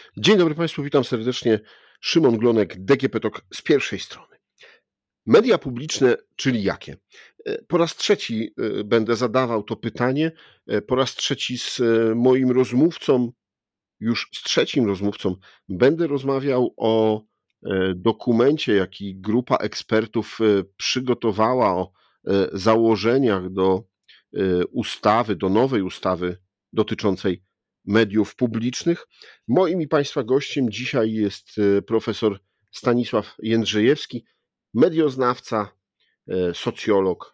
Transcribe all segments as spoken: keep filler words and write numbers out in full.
Dzień dobry Państwu, witam serdecznie. Szymon Glonek, D G P Talk z pierwszej strony. Media publiczne, czyli jakie? E, Po raz trzeci e, będę zadawał to pytanie. E, Po raz trzeci z e, moim rozmówcą, już z trzecim rozmówcą, będę rozmawiał o e, dokumencie, jaki grupa ekspertów e, przygotowała, o e, założeniach do e, ustawy, do nowej ustawy dotyczącej mediów publicznych. Moim i Państwa gościem dzisiaj jest e, profesor Stanisław Jędrzejewski, medioznawca, e, socjolog.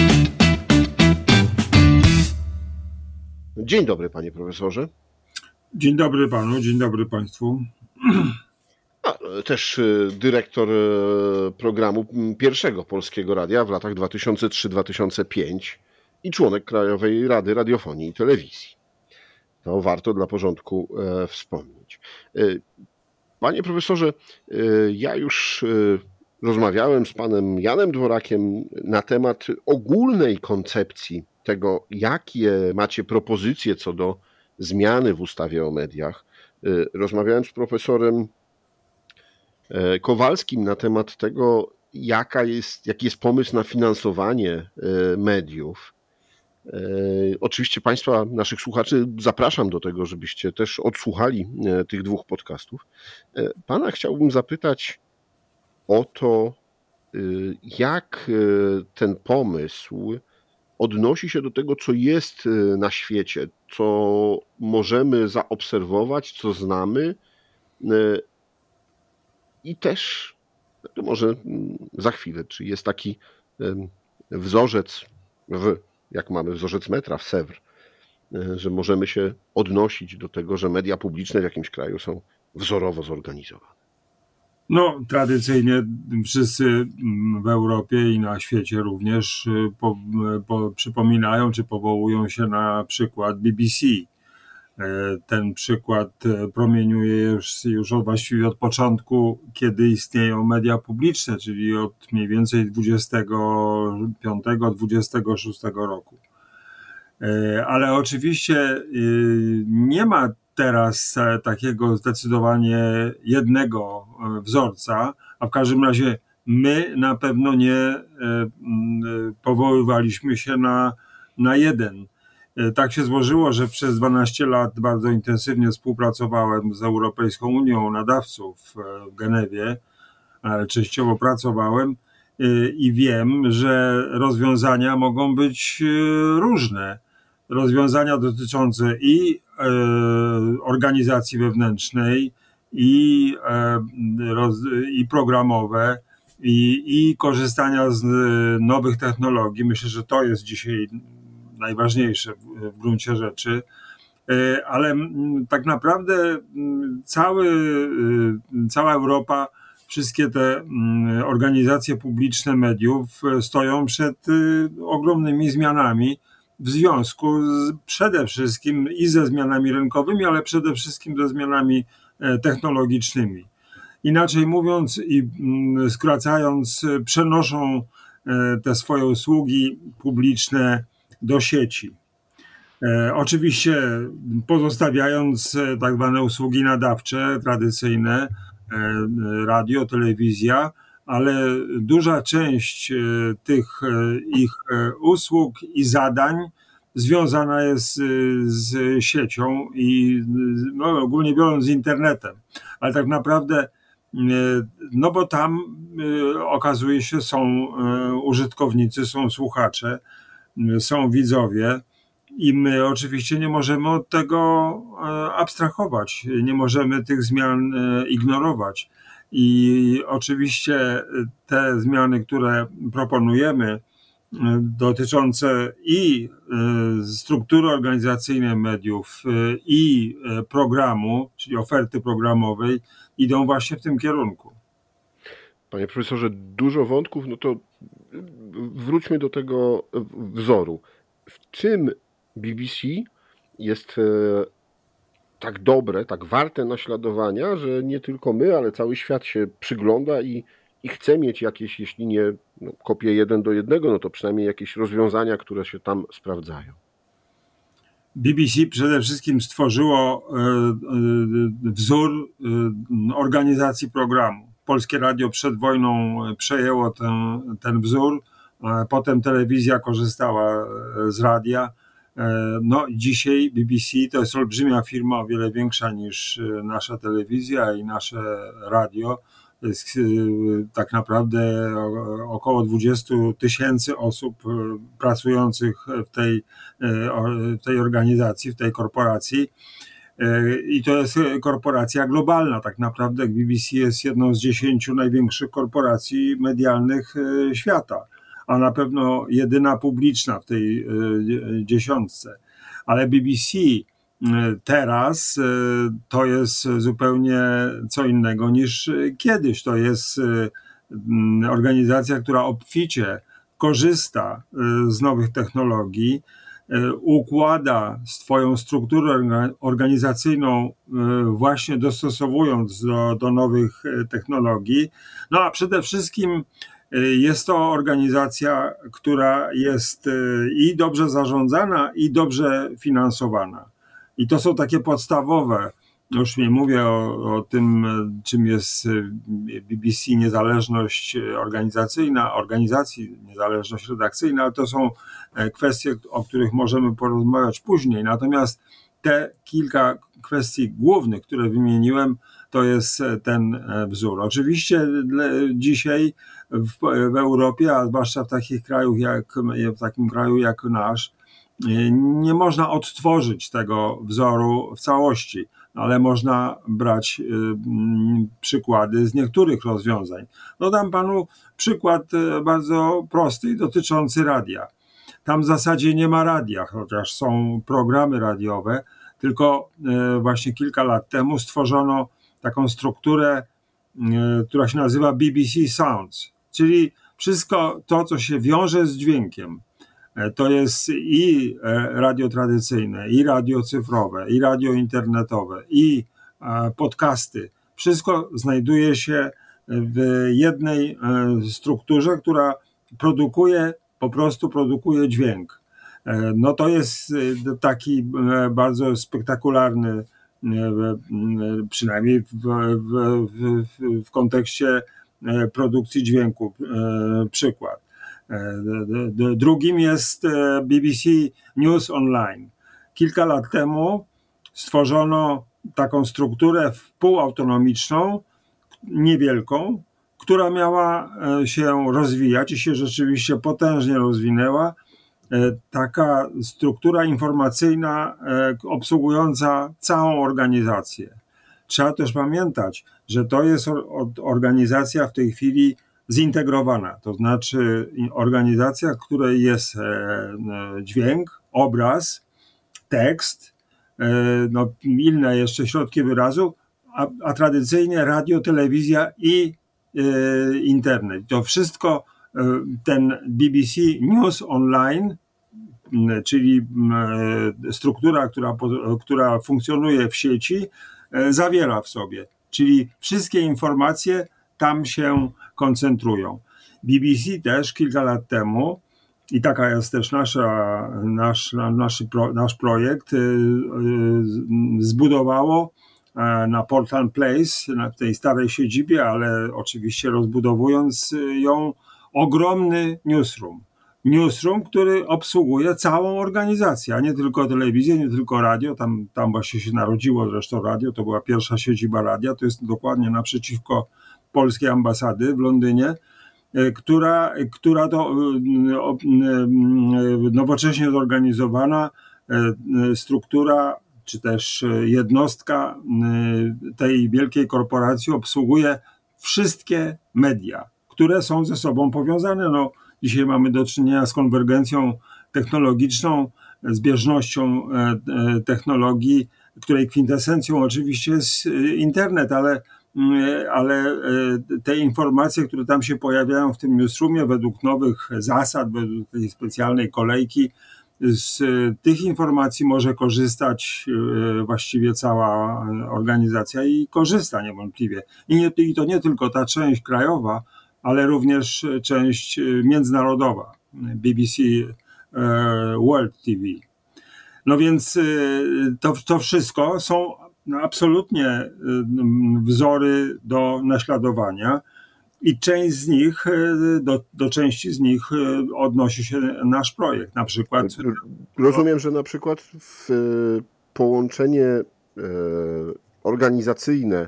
Dzień dobry, panie profesorze. Dzień dobry panu, dzień dobry państwu. A, też e, dyrektor e, programu m, pierwszego Polskiego Radia w latach dwa tysiące trzy do dwa tysiące pięć i członek Krajowej Rady Radiofonii i Telewizji. To warto dla porządku e, wspomnieć. E, Panie profesorze, e, ja już e, rozmawiałem z panem Janem Dworakiem na temat ogólnej koncepcji tego, jakie macie propozycje co do zmiany w ustawie o mediach. E, Rozmawiałem z profesorem e, Kowalskim na temat tego, jaka jest, jaki jest pomysł na finansowanie e, mediów. E, Oczywiście Państwa, naszych słuchaczy, zapraszam do tego, żebyście też odsłuchali e, tych dwóch podcastów. E, Pana chciałbym zapytać o to, e, jak e, ten pomysł odnosi się do tego, co jest e, na świecie, co możemy zaobserwować, co znamy, e, i też, to może mm, za chwilę, czy jest taki em, wzorzec w, jak mamy wzorzec metra w Sewr, e, że możemy się odnosić do tego, że media publiczne w jakimś kraju są wzorowo zorganizowane. No, tradycyjnie wszyscy w Europie i na świecie również po, po, przypominają czy powołują się na przykład B B C. Ten przykład promieniuje już, już od, właściwie od początku, kiedy istnieją media publiczne, czyli od mniej więcej dwudziestego piątego dwudziestego szóstego roku. Ale oczywiście nie ma teraz takiego zdecydowanie jednego wzorca, a w każdym razie my na pewno nie powoływaliśmy się na, na jeden. Tak się złożyło, że przez dwanaście lat bardzo intensywnie współpracowałem z Europejską Unią Nadawców w Genewie, ale częściowo pracowałem i wiem, że rozwiązania mogą być różne. Rozwiązania dotyczące i e, organizacji wewnętrznej, i, e, roz, i programowe, i, i korzystania z nowych technologii. Myślę, że to jest dzisiaj najważniejsze w, w gruncie rzeczy. E, ale m, tak naprawdę m, cały, e, cała Europa, wszystkie te m, organizacje publiczne mediów stoją przed e, ogromnymi zmianami, w związku z, przede wszystkim i ze zmianami rynkowymi, ale przede wszystkim ze zmianami technologicznymi. Inaczej mówiąc i skracając, przenoszą te swoje usługi publiczne do sieci. Oczywiście pozostawiając tak zwane usługi nadawcze, tradycyjne, radio, telewizja, ale duża część tych ich usług i zadań związana jest z siecią i no, ogólnie biorąc z internetem. Ale tak naprawdę, no bo tam okazuje się, są użytkownicy, są słuchacze, są widzowie i my oczywiście nie możemy od tego abstrahować, nie możemy tych zmian ignorować. I oczywiście te zmiany, które proponujemy, dotyczące i struktury organizacyjnej mediów, i programu, czyli oferty programowej, idą właśnie w tym kierunku. Panie profesorze, dużo wątków, no to wróćmy do tego wzoru. W czym B B C jest tak dobre, tak warte naśladowania, że nie tylko my, ale cały świat się przygląda i, i chce mieć jakieś, jeśli nie no, kopię jeden do jednego, no to przynajmniej jakieś rozwiązania, które się tam sprawdzają. B B C przede wszystkim stworzyło wzór organizacji programu. Polskie Radio przed wojną przejęło ten, ten wzór, potem telewizja korzystała z radia. No dzisiaj B B C to jest olbrzymia firma, o wiele większa niż nasza telewizja i nasze radio. To jest tak naprawdę około dwadzieścia tysięcy osób pracujących w tej, w tej organizacji, w tej korporacji. I to jest korporacja globalna. Tak naprawdę B B C jest jedną z dziesięciu największych korporacji medialnych świata, a na pewno jedyna publiczna w tej dziesiątce. Ale B B C teraz to jest zupełnie co innego niż kiedyś. To jest organizacja, która obficie korzysta z nowych technologii, układa swoją strukturę organizacyjną właśnie dostosowując do, do nowych technologii. No a przede wszystkim jest to organizacja, która jest i dobrze zarządzana, i dobrze finansowana. I to są takie podstawowe, już nie mówię o, o tym, czym jest B B C, niezależność organizacyjna, organizacji, niezależność redakcyjna, ale to są kwestie, o których możemy porozmawiać później. Natomiast te kilka kwestii głównych, które wymieniłem, to jest ten wzór. Oczywiście dzisiaj w, w Europie, a zwłaszcza w takich krajach jak, w takim kraju jak nasz, nie można odtworzyć tego wzoru w całości, ale można brać przykłady z niektórych rozwiązań. No dam panu przykład bardzo prosty i dotyczący radia. Tam w zasadzie nie ma radia, chociaż są programy radiowe, tylko właśnie kilka lat temu stworzono taką strukturę, która się nazywa B B C Sounds, czyli wszystko to, co się wiąże z dźwiękiem. To jest i radio tradycyjne, i radio cyfrowe, i radio internetowe, i podcasty. Wszystko znajduje się w jednej strukturze, która produkuje, po prostu produkuje dźwięk. No to jest taki bardzo spektakularny, przynajmniej w, w, w, w kontekście produkcji dźwięku, przykład. Drugim jest B B C News Online. Kilka lat temu stworzono taką strukturę półautonomiczną, niewielką, która miała się rozwijać i się rzeczywiście potężnie rozwinęła. Taka struktura informacyjna obsługująca całą organizację. Trzeba też pamiętać, że to jest organizacja w tej chwili zintegrowana, to znaczy organizacja, w której jest dźwięk, obraz, tekst, no, inne jeszcze środki wyrazu, a, a tradycyjnie radio, telewizja i e, internet. To wszystko ten B B C News Online, czyli struktura, która, która funkcjonuje w sieci, zawiera w sobie. Czyli wszystkie informacje tam się koncentrują. B B C też kilka lat temu, i taka jest też nasza, nasz, nasz, nasz projekt, zbudowało na Portland Place, na tej starej siedzibie, ale oczywiście rozbudowując ją, ogromny newsroom. Newsroom, który obsługuje całą organizację, a nie tylko telewizję, nie tylko radio. Tam, tam właśnie się narodziło zresztą radio, to była pierwsza siedziba radia, to jest dokładnie naprzeciwko polskiej ambasady w Londynie, która, która to nowocześnie zorganizowana struktura, czy też jednostka tej wielkiej korporacji obsługuje wszystkie media, które są ze sobą powiązane. No, dzisiaj mamy do czynienia z konwergencją technologiczną, zbieżnością technologii, której kwintesencją oczywiście jest internet, ale, ale te informacje, które tam się pojawiają w tym newsroomie według nowych zasad, według tej specjalnej kolejki, z tych informacji może korzystać właściwie cała organizacja i korzysta niewątpliwie. I, nie, i to nie tylko ta część krajowa, ale również część międzynarodowa, B B C World T V. No więc to, to wszystko są absolutnie wzory do naśladowania i część z nich, do, do części z nich odnosi się nasz projekt. Na przykład. Rozumiem, że na przykład w połączenie organizacyjne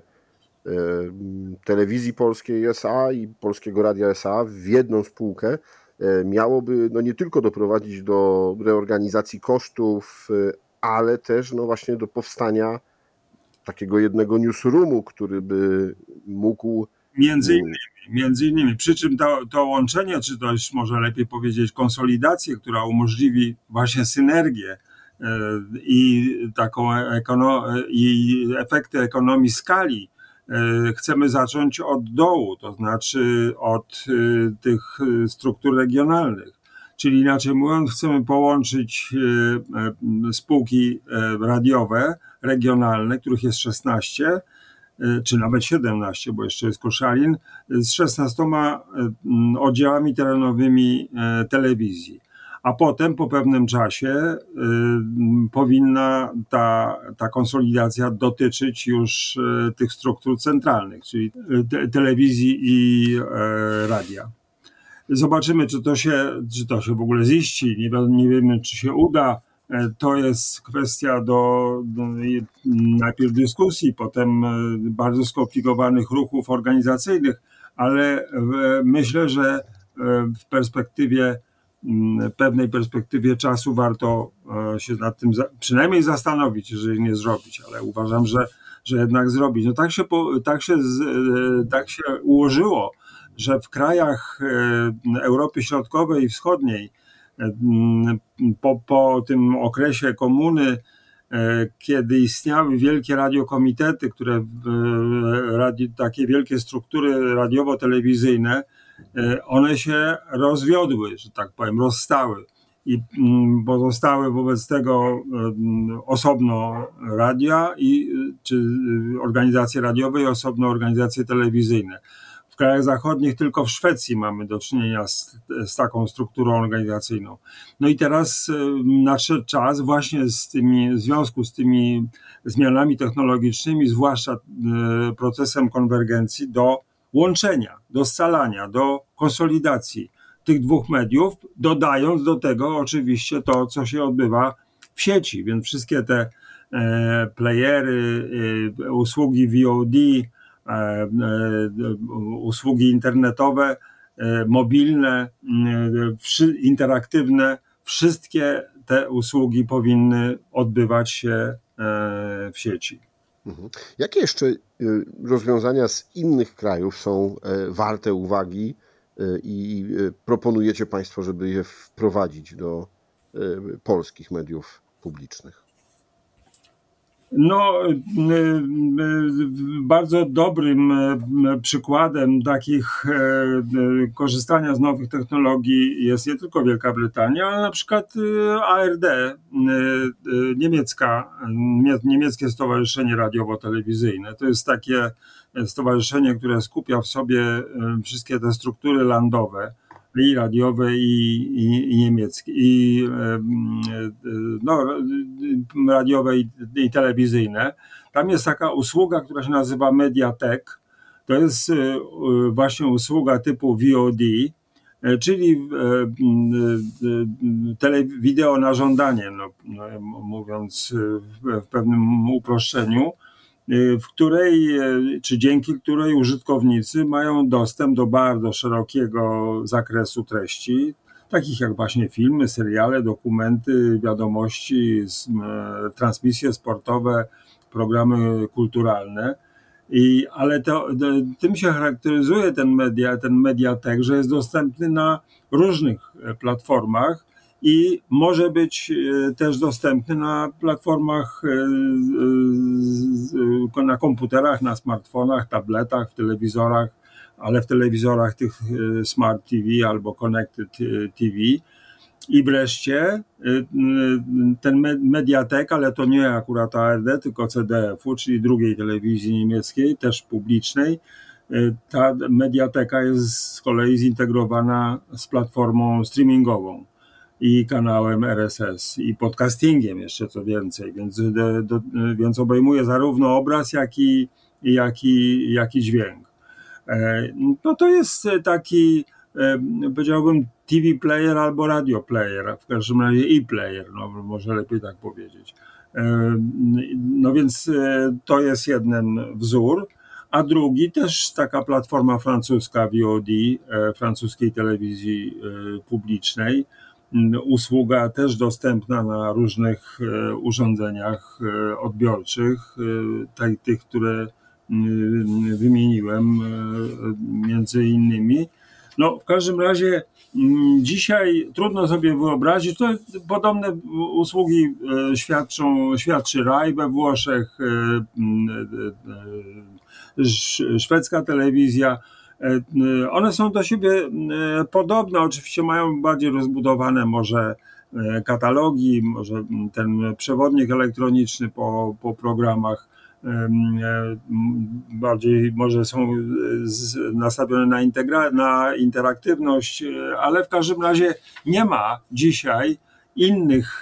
Telewizji Polskiej S A i Polskiego Radia S A w jedną spółkę miałoby no nie tylko doprowadzić do reorganizacji kosztów, ale też no właśnie do powstania takiego jednego newsroomu, który by mógł... Między innymi, między innymi. Przy czym to, to łączenie, czy też może lepiej powiedzieć konsolidację, która umożliwi właśnie synergię i taką ekono- i efekty ekonomii skali, chcemy zacząć od dołu, to znaczy od tych struktur regionalnych. Czyli inaczej mówiąc, chcemy połączyć spółki radiowe, regionalne, których jest szesnaście, czy nawet siedemnaście, bo jeszcze jest Koszalin, z szesnastoma oddziałami terenowymi telewizji. A potem po pewnym czasie y, powinna ta, ta konsolidacja dotyczyć już y, tych struktur centralnych, czyli te, telewizji i y, radia. Zobaczymy, czy to się, czy to się w ogóle ziści. Nie, nie wiemy, czy się uda. To jest kwestia do, do najpierw dyskusji, potem bardzo skomplikowanych ruchów organizacyjnych, ale w, myślę, że w perspektywie pewnej perspektywie czasu warto się nad tym za, przynajmniej zastanowić, jeżeli nie zrobić, ale uważam, że, że jednak zrobić. No tak się, po, tak się, tak się ułożyło, że w krajach Europy Środkowej i Wschodniej po, po tym okresie komuny, kiedy istniały wielkie radiokomitety, które radio, takie wielkie struktury radiowo-telewizyjne, one się rozwiodły, że tak powiem, rozstały i pozostały wobec tego osobno radia i czy organizacje radiowe i osobno organizacje telewizyjne. W krajach zachodnich tylko w Szwecji mamy do czynienia z, z taką strukturą organizacyjną. No i teraz nadszedł czas właśnie z tymi, w związku z tymi zmianami technologicznymi, zwłaszcza procesem konwergencji, do łączenia, do scalania, do konsolidacji tych dwóch mediów, dodając do tego oczywiście to, co się odbywa w sieci, więc wszystkie te e, playery, e, usługi V O D, e, e, usługi internetowe, e, mobilne, e, interaktywne, wszystkie te usługi powinny odbywać się e, w sieci. Jakie jeszcze rozwiązania z innych krajów są warte uwagi i proponujecie Państwo, żeby je wprowadzić do polskich mediów publicznych? No, bardzo dobrym przykładem takich korzystania z nowych technologii jest nie tylko Wielka Brytania, ale na przykład A R D, niemiecka, niemieckie Stowarzyszenie Radiowo-Telewizyjne. To jest takie stowarzyszenie, które skupia w sobie wszystkie te struktury landowe, i radiowe, i, i, i niemieckie, i no, radiowe i, i telewizyjne. Tam jest taka usługa, która się nazywa Mediatek. To jest właśnie usługa typu V O D, czyli tele, wideo na żądanie, no, mówiąc w pewnym uproszczeniu, w której, czy dzięki której użytkownicy mają dostęp do bardzo szerokiego zakresu treści, takich jak właśnie filmy, seriale, dokumenty, wiadomości, transmisje sportowe, programy kulturalne. I, ale to, tym się charakteryzuje ten media, ten Mediatek, że jest dostępny na różnych platformach i może być też dostępny na platformach, na komputerach, na smartfonach, tabletach, w telewizorach, ale w telewizorach tych Smart T V albo Connected T V. I wreszcie ten Mediatek, ale to nie akurat A R D, tylko C D F-u, czyli drugiej telewizji niemieckiej, też publicznej. Ta Mediateka jest z kolei zintegrowana z platformą streamingową. i kanałem R S S i podcastingiem jeszcze co więcej, więc, do, do, więc obejmuje zarówno obraz, jak i, jak i, jak i dźwięk. No to jest taki, powiedziałbym, T V player albo radio player, w każdym razie e-player, no może lepiej tak powiedzieć. No więc to jest jeden wzór, a drugi też taka platforma francuska V O D, francuskiej telewizji publicznej, usługa też dostępna na różnych urządzeniach odbiorczych, tych, które wymieniłem między innymi. No w każdym razie dzisiaj trudno sobie wyobrazić, to podobne usługi świadczą, świadczy Rai we Włoszech, szwedzka telewizja. One są do siebie podobne, oczywiście mają bardziej rozbudowane może katalogi, może ten przewodnik elektroniczny po, po programach bardziej może są nastawione na, integra- na interaktywność, ale w każdym razie nie ma dzisiaj innych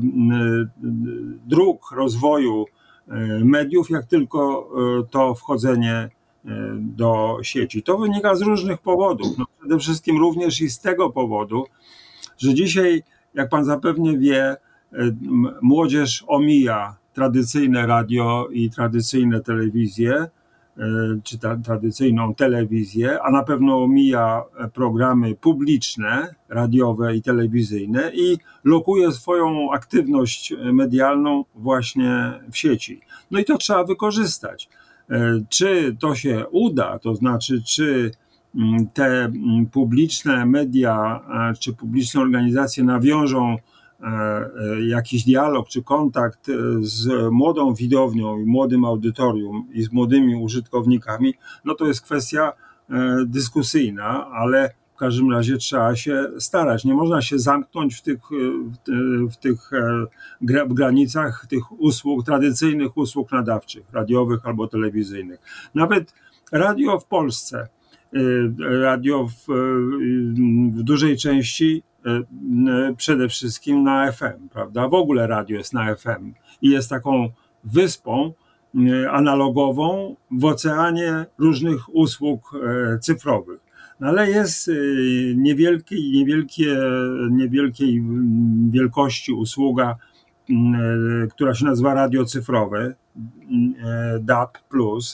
dróg rozwoju mediów, jak tylko to wchodzenie do sieci. To wynika z różnych powodów. No przede wszystkim również i z tego powodu, że dzisiaj, jak pan zapewne wie, młodzież omija tradycyjne radio i tradycyjne telewizje, czy ta, tradycyjną telewizję, a na pewno omija programy publiczne, radiowe i telewizyjne i lokuje swoją aktywność medialną właśnie w sieci. No i to trzeba wykorzystać. Czy to się uda, to znaczy, czy te publiczne media, czy publiczne organizacje nawiążą jakiś dialog czy kontakt z młodą widownią i młodym audytorium i z młodymi użytkownikami, no to jest kwestia dyskusyjna, ale w każdym razie trzeba się starać. Nie można się zamknąć w tych, w tych w granicach tych usług, tradycyjnych usług nadawczych, radiowych albo telewizyjnych. Nawet radio w Polsce, radio w, w dużej części przede wszystkim na F M, prawda? W ogóle radio jest na F M i jest taką wyspą analogową w oceanie różnych usług cyfrowych. No ale jest niewielkiej, niewielkie, niewielkiej wielkości usługa, która się nazywa radio cyfrowe, D A B plus.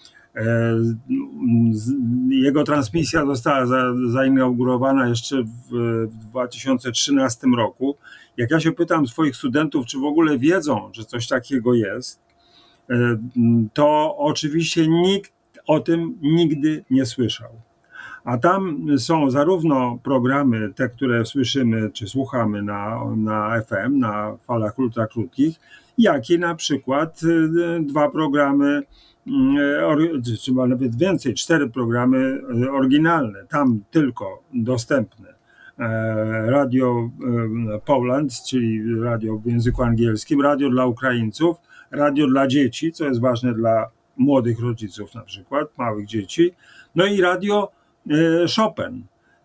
Jego transmisja została za, zainaugurowana jeszcze w, w dwa tysiące trzynastym roku. Jak ja się pytam swoich studentów, czy w ogóle wiedzą, że coś takiego jest, to oczywiście nikt o tym nigdy nie słyszał. A tam są zarówno programy, te, które słyszymy czy słuchamy na, na F M, na falach ultrakrótkich, jak i na przykład dwa programy, czy nawet więcej, cztery programy oryginalne, tam tylko dostępne. Radio Poland, czyli radio w języku angielskim, radio dla Ukraińców, radio dla dzieci, co jest ważne dla młodych rodziców na przykład, małych dzieci, no i radio Chopin.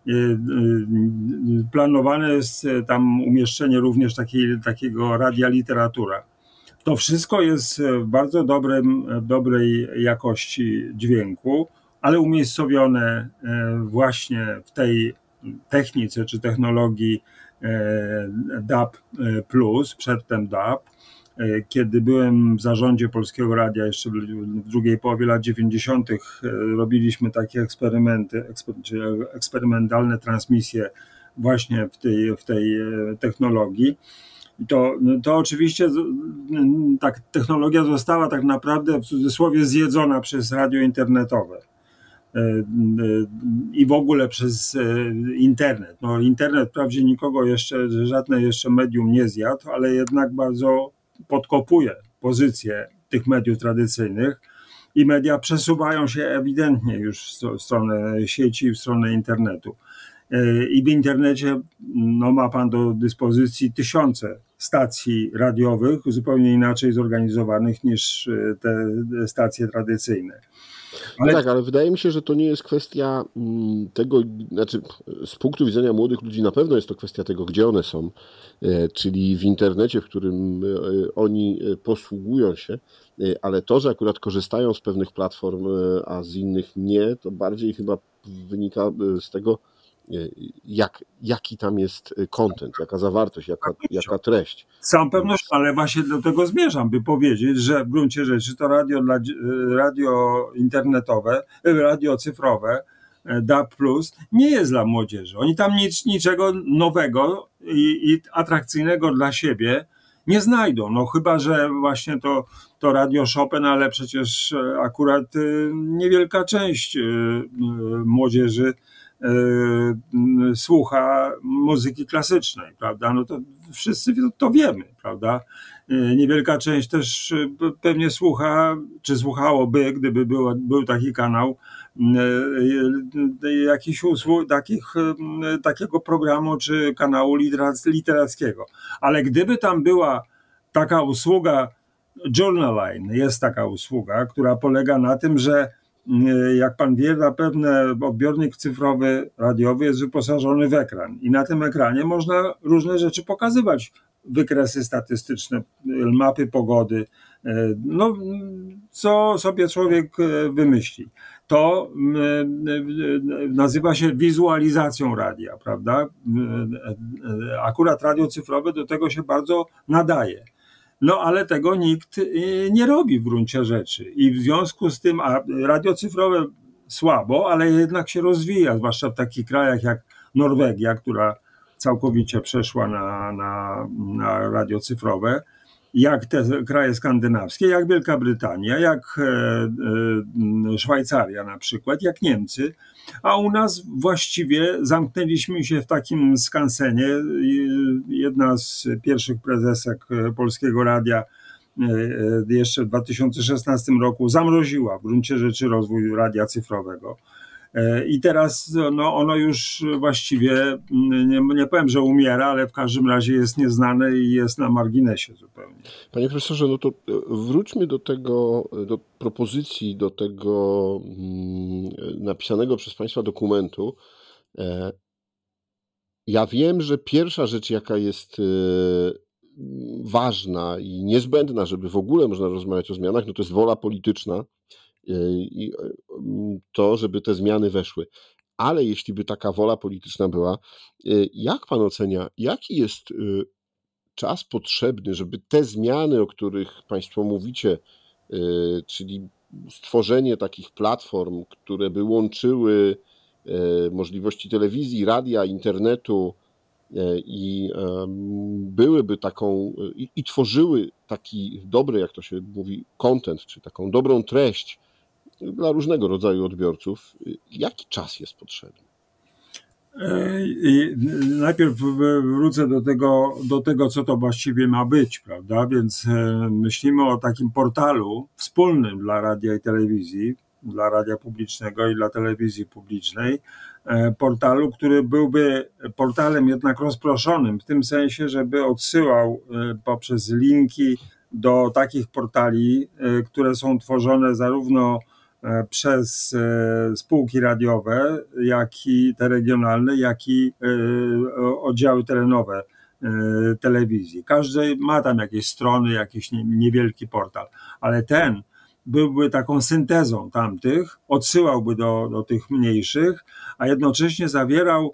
Planowane jest tam umieszczenie również takiej, takiego radia literatura. To wszystko jest w bardzo dobrym, dobrej jakości dźwięku, ale umiejscowione właśnie w tej technice czy technologii D A B plus, przedtem D A B. Kiedy byłem w zarządzie Polskiego Radia jeszcze w drugiej połowie lat dziewięćdziesiątych, robiliśmy takie eksperymenty, czy eksperymentalne transmisje właśnie w tej, w tej technologii. I to, to oczywiście tak, technologia została tak naprawdę w cudzysłowie zjedzona przez radio internetowe i w ogóle przez internet. No, internet wprawdzie nikogo jeszcze, żadne jeszcze medium nie zjadł, ale jednak bardzo podkopuje pozycję tych mediów tradycyjnych i media przesuwają się ewidentnie już w stronę sieci, w stronę internetu. I w internecie no, ma pan do dyspozycji tysiące stacji radiowych, zupełnie inaczej zorganizowanych niż te stacje tradycyjne. Ale... No tak, ale wydaje mi się, że to nie jest kwestia tego, znaczy z punktu widzenia młodych ludzi na pewno jest to kwestia tego, gdzie one są, czyli w internecie, w którym oni posługują się, ale to, że akurat korzystają z pewnych platform, a z innych nie, to bardziej chyba wynika z tego, jak, jaki tam jest content, jaka zawartość, jaka, jaka treść. Z całą pewnością, ale właśnie do tego zmierzam, by powiedzieć, że w gruncie rzeczy to radio, dla, radio internetowe, radio cyfrowe, D A B plus, nie jest dla młodzieży. Oni tam nic, niczego nowego i, i atrakcyjnego dla siebie nie znajdą. No chyba, że właśnie to, to radio Chopin, ale przecież akurat niewielka część młodzieży słucha muzyki klasycznej, prawda? No to wszyscy to wiemy, prawda? Niewielka część też pewnie słucha, czy słuchałoby, gdyby był, był taki kanał, jakichś usług, takich, takiego programu, czy kanału literackiego. Ale gdyby tam była taka usługa Journaline, jest taka usługa, która polega na tym, że jak pan wie, zapewne odbiornik cyfrowy, radiowy jest wyposażony w ekran i na tym ekranie można różne rzeczy pokazywać, wykresy statystyczne, mapy pogody, no co sobie człowiek wymyśli. To nazywa się wizualizacją radia, prawda? Akurat radio cyfrowe do tego się bardzo nadaje. No ale tego nikt nie robi w gruncie rzeczy i w związku z tym, a radio cyfrowe słabo, ale jednak się rozwija, zwłaszcza w takich krajach jak Norwegia, która całkowicie przeszła na, na, na radio cyfrowe, jak te kraje skandynawskie, jak Wielka Brytania, jak Szwajcaria na przykład, jak Niemcy, a u nas właściwie zamknęliśmy się w takim skansenie. Jedna z pierwszych prezesek Polskiego Radia jeszcze w dwa tysiące szesnastym roku zamroziła w gruncie rzeczy rozwój radia cyfrowego. I teraz no, ono już właściwie, nie, nie powiem, że umiera, ale w każdym razie jest nieznane i jest na marginesie zupełnie. Panie profesorze, no to wróćmy do tego, do propozycji, do tego napisanego przez państwa dokumentu. Ja wiem, że pierwsza rzecz, jaka jest ważna i niezbędna, żeby w ogóle można rozmawiać o zmianach, no to jest wola polityczna i to, żeby te zmiany weszły. Ale jeśli by taka wola polityczna była, jak pan ocenia, jaki jest czas potrzebny, żeby te zmiany, o których państwo mówicie, czyli stworzenie takich platform, które by łączyły możliwości telewizji, radia, internetu i byłyby taką, i, i tworzyły taki dobry, jak to się mówi, content, czy taką dobrą treść dla różnego rodzaju odbiorców. Jaki czas jest potrzebny? I najpierw wrócę do tego, do tego, co to właściwie ma być, prawda? Więc myślimy o takim portalu wspólnym dla radia i telewizji, dla radia publicznego i dla telewizji publicznej, portalu, który byłby portalem jednak rozproszonym, w tym sensie, żeby odsyłał poprzez linki do takich portali, które są tworzone zarówno przez spółki radiowe, jak i te regionalne, jak i oddziały terenowe telewizji. Każdy ma tam jakieś strony, jakiś niewielki portal, ale ten byłby taką syntezą tamtych, odsyłałby do, do tych mniejszych, a jednocześnie zawierał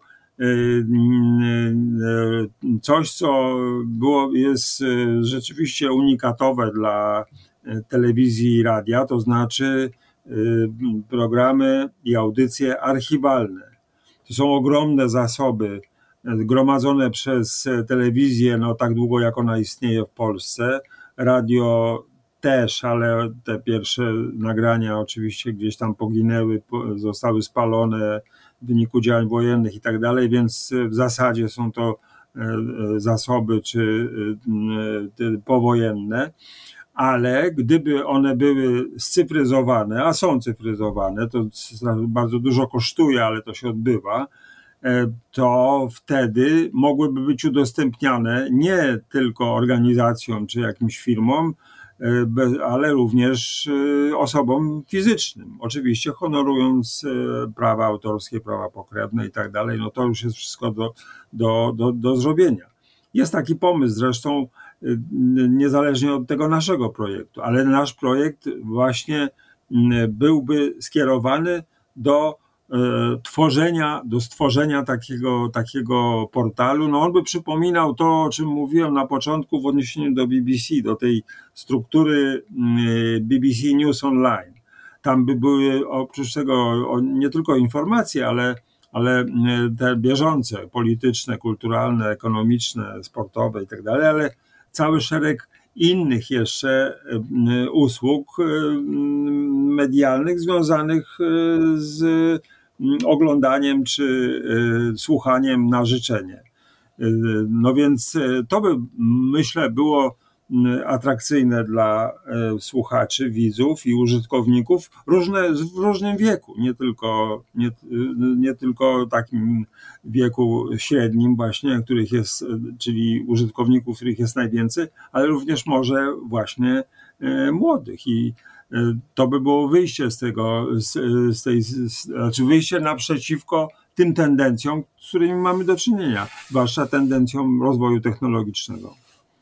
coś, co było, jest rzeczywiście unikatowe dla telewizji i radia, to znaczy programy i audycje archiwalne. To są ogromne zasoby gromadzone przez telewizję, no tak długo jak ona istnieje w Polsce, radio też, ale te pierwsze nagrania oczywiście gdzieś tam poginęły, zostały spalone w wyniku działań wojennych i tak dalej, więc w zasadzie są to zasoby czy powojenne. Ale gdyby one były scyfryzowane, a są cyfryzowane, to bardzo dużo kosztuje, ale to się odbywa, to wtedy mogłyby być udostępniane nie tylko organizacjom czy jakimś firmom, ale również osobom fizycznym. Oczywiście honorując prawa autorskie, prawa pokrewne i tak dalej, no to już jest wszystko do, do, do, do zrobienia. Jest taki pomysł zresztą niezależnie od tego naszego projektu, ale nasz projekt właśnie byłby skierowany do tworzenia, do stworzenia takiego, takiego portalu. No on by przypominał to, o czym mówiłem na początku w odniesieniu do B B C, do tej struktury B B C News Online. Tam by były oprócz tego nie tylko informacje, ale, ale te bieżące, polityczne, kulturalne, ekonomiczne, sportowe i tak dalej, ale cały szereg innych jeszcze usług medialnych związanych z oglądaniem czy słuchaniem na życzenie. No więc to by, myślę, było atrakcyjne dla słuchaczy, widzów i użytkowników różne, w różnym wieku, nie tylko, nie, nie tylko takim wieku średnim właśnie, których jest, czyli użytkowników, których jest najwięcej, ale również może właśnie młodych i to by było wyjście z tego, z, z tej, z, znaczy wyjście naprzeciwko tym tendencjom, z którymi mamy do czynienia, zwłaszcza tendencjom rozwoju technologicznego.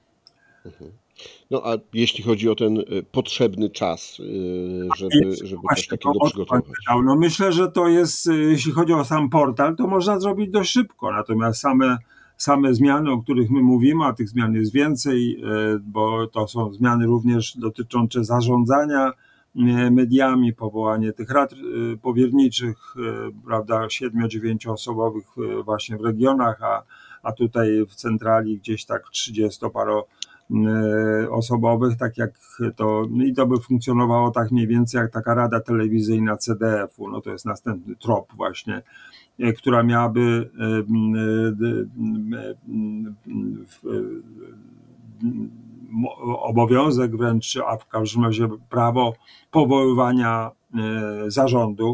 No a jeśli chodzi o ten potrzebny czas, żeby, żeby coś takiego przygotować? No myślę, że to jest, jeśli chodzi o sam portal, to można zrobić dość szybko, natomiast same, same zmiany, o których my mówimy, a tych zmian jest więcej, bo to są zmiany również dotyczące zarządzania mediami, powołanie tych rad powierniczych, prawda, siedmiu-dziewięcioosobowych właśnie w regionach, a, a tutaj w centrali gdzieś tak trzydziestoparoosobowych, tak jak to, no i to by funkcjonowało tak mniej więcej jak taka rada telewizyjna C D F-u, no to jest następny trop właśnie, która miałaby obowiązek wręcz, a w każdym razie prawo powoływania zarządu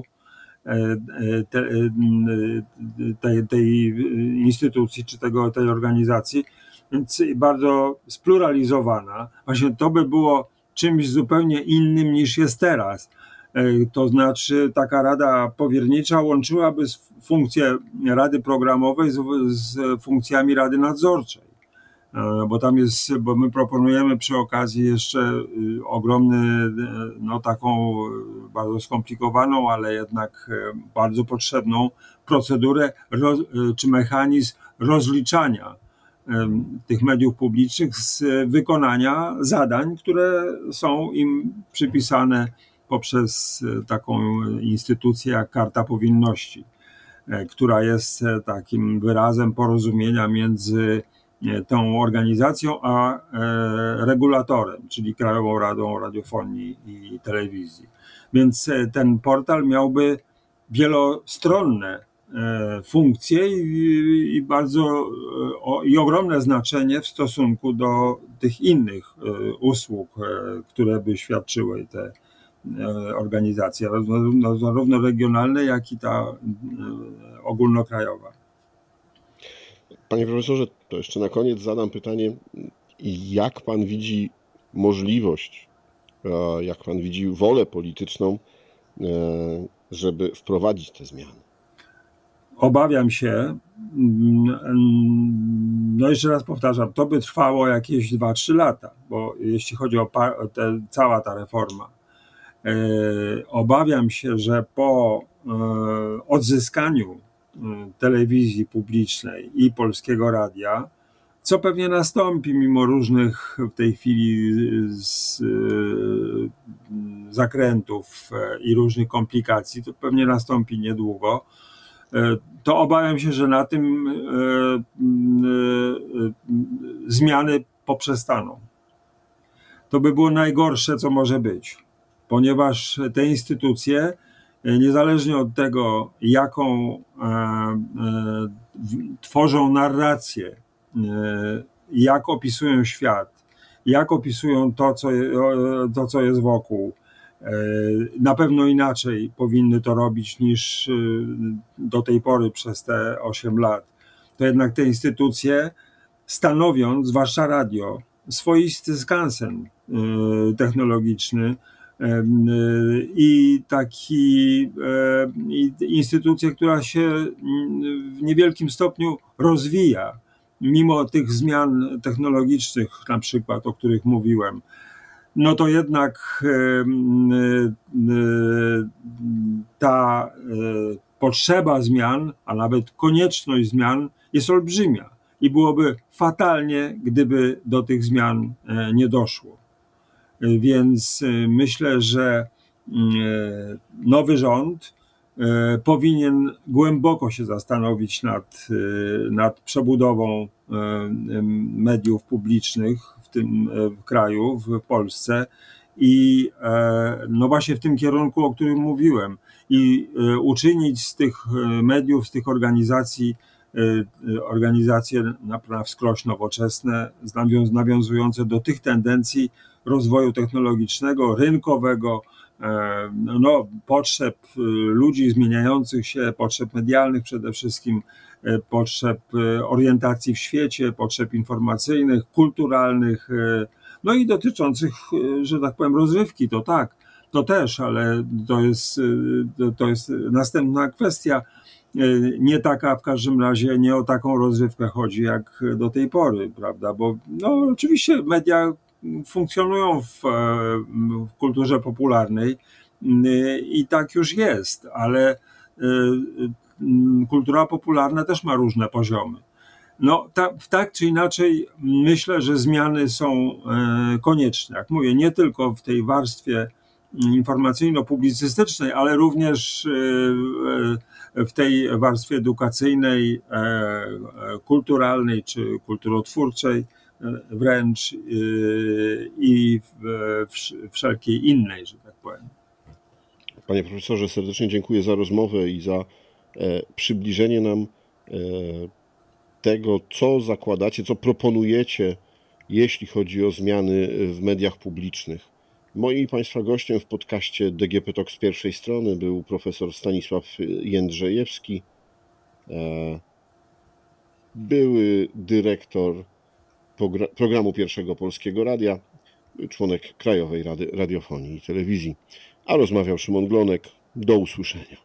tej, tej instytucji czy tego, tej organizacji, więc bardzo spluralizowana. Właśnie to by było czymś zupełnie innym niż jest teraz. To znaczy taka rada powiernicza łączyłaby funkcję rady programowej z, z funkcjami rady nadzorczej. Bo tam jest, bo my proponujemy przy okazji jeszcze ogromny, no taką bardzo skomplikowaną, ale jednak bardzo potrzebną procedurę roz, czy mechanizm rozliczania tych mediów publicznych z wykonania zadań, które są im przypisane poprzez taką instytucję jak Karta Powinności, która jest takim wyrazem porozumienia między tą organizacją a regulatorem, czyli Krajową Radą Radiofonii i Telewizji. Więc ten portal miałby wielostronne funkcje i, i bardzo i ogromne znaczenie w stosunku do tych innych usług, które by świadczyły te organizacje, zarówno regionalne, jak i ta ogólnokrajowa. Panie profesorze, to jeszcze na koniec zadam pytanie, jak pan widzi możliwość, jak pan widzi wolę polityczną, żeby wprowadzić te zmiany? Obawiam się, no jeszcze raz powtarzam, to by trwało jakieś dwa trzy lata, bo jeśli chodzi o te, cała ta reforma, obawiam się, że po odzyskaniu telewizji publicznej i Polskiego Radia, co pewnie nastąpi mimo różnych w tej chwili z, zakrętów i różnych komplikacji, to pewnie nastąpi niedługo, to obawiam się, że na tym zmiany poprzestaną. To by było najgorsze, co może być, ponieważ te instytucje, niezależnie od tego, jaką e, e, tworzą narrację, e, jak opisują świat, jak opisują to, co, to, co jest wokół, Na pewno inaczej powinny to robić niż do tej pory przez te osiem lat. To jednak te instytucje stanowią, zwłaszcza radio, swoisty skansen technologiczny i taki i instytucję, która się w niewielkim stopniu rozwija, mimo tych zmian technologicznych, na przykład, o których mówiłem. No to jednak ta potrzeba zmian, a nawet konieczność zmian jest olbrzymia i byłoby fatalnie, gdyby do tych zmian nie doszło. Więc myślę, że nowy rząd powinien głęboko się zastanowić nad, nad przebudową mediów publicznych w tym kraju, w Polsce i no właśnie w tym kierunku, o którym mówiłem, i uczynić z tych mediów, z tych organizacji organizacje na wskroś nowoczesne, nawiązujące do tych tendencji rozwoju technologicznego, rynkowego, no, potrzeb ludzi zmieniających się, potrzeb medialnych przede wszystkim, potrzeb orientacji w świecie, potrzeb informacyjnych, kulturalnych, no i dotyczących, że tak powiem, rozrywki, to tak, to też, ale to jest, to jest następna kwestia. Nie taka, w każdym razie nie o taką rozrywkę chodzi jak do tej pory, prawda, bo no oczywiście media funkcjonują w, w kulturze popularnej i tak już jest, ale kultura popularna też ma różne poziomy. No tak, tak czy inaczej myślę, że zmiany są konieczne. Jak mówię, nie tylko w tej warstwie informacyjno-publicystycznej, ale również w tej warstwie edukacyjnej, kulturalnej czy kulturotwórczej wręcz i wszelkiej innej, że tak powiem. Panie profesorze, serdecznie dziękuję za rozmowę i za przybliżenie nam tego, co zakładacie, co proponujecie, jeśli chodzi o zmiany w mediach publicznych. Moim i Państwa gościem w podcaście D G P Talk z pierwszej strony był profesor Stanisław Jędrzejewski, były dyrektor programu Pierwszego Polskiego Radia, członek Krajowej Rady Radiofonii i Telewizji. A rozmawiał Szymon Glonek. Do usłyszenia.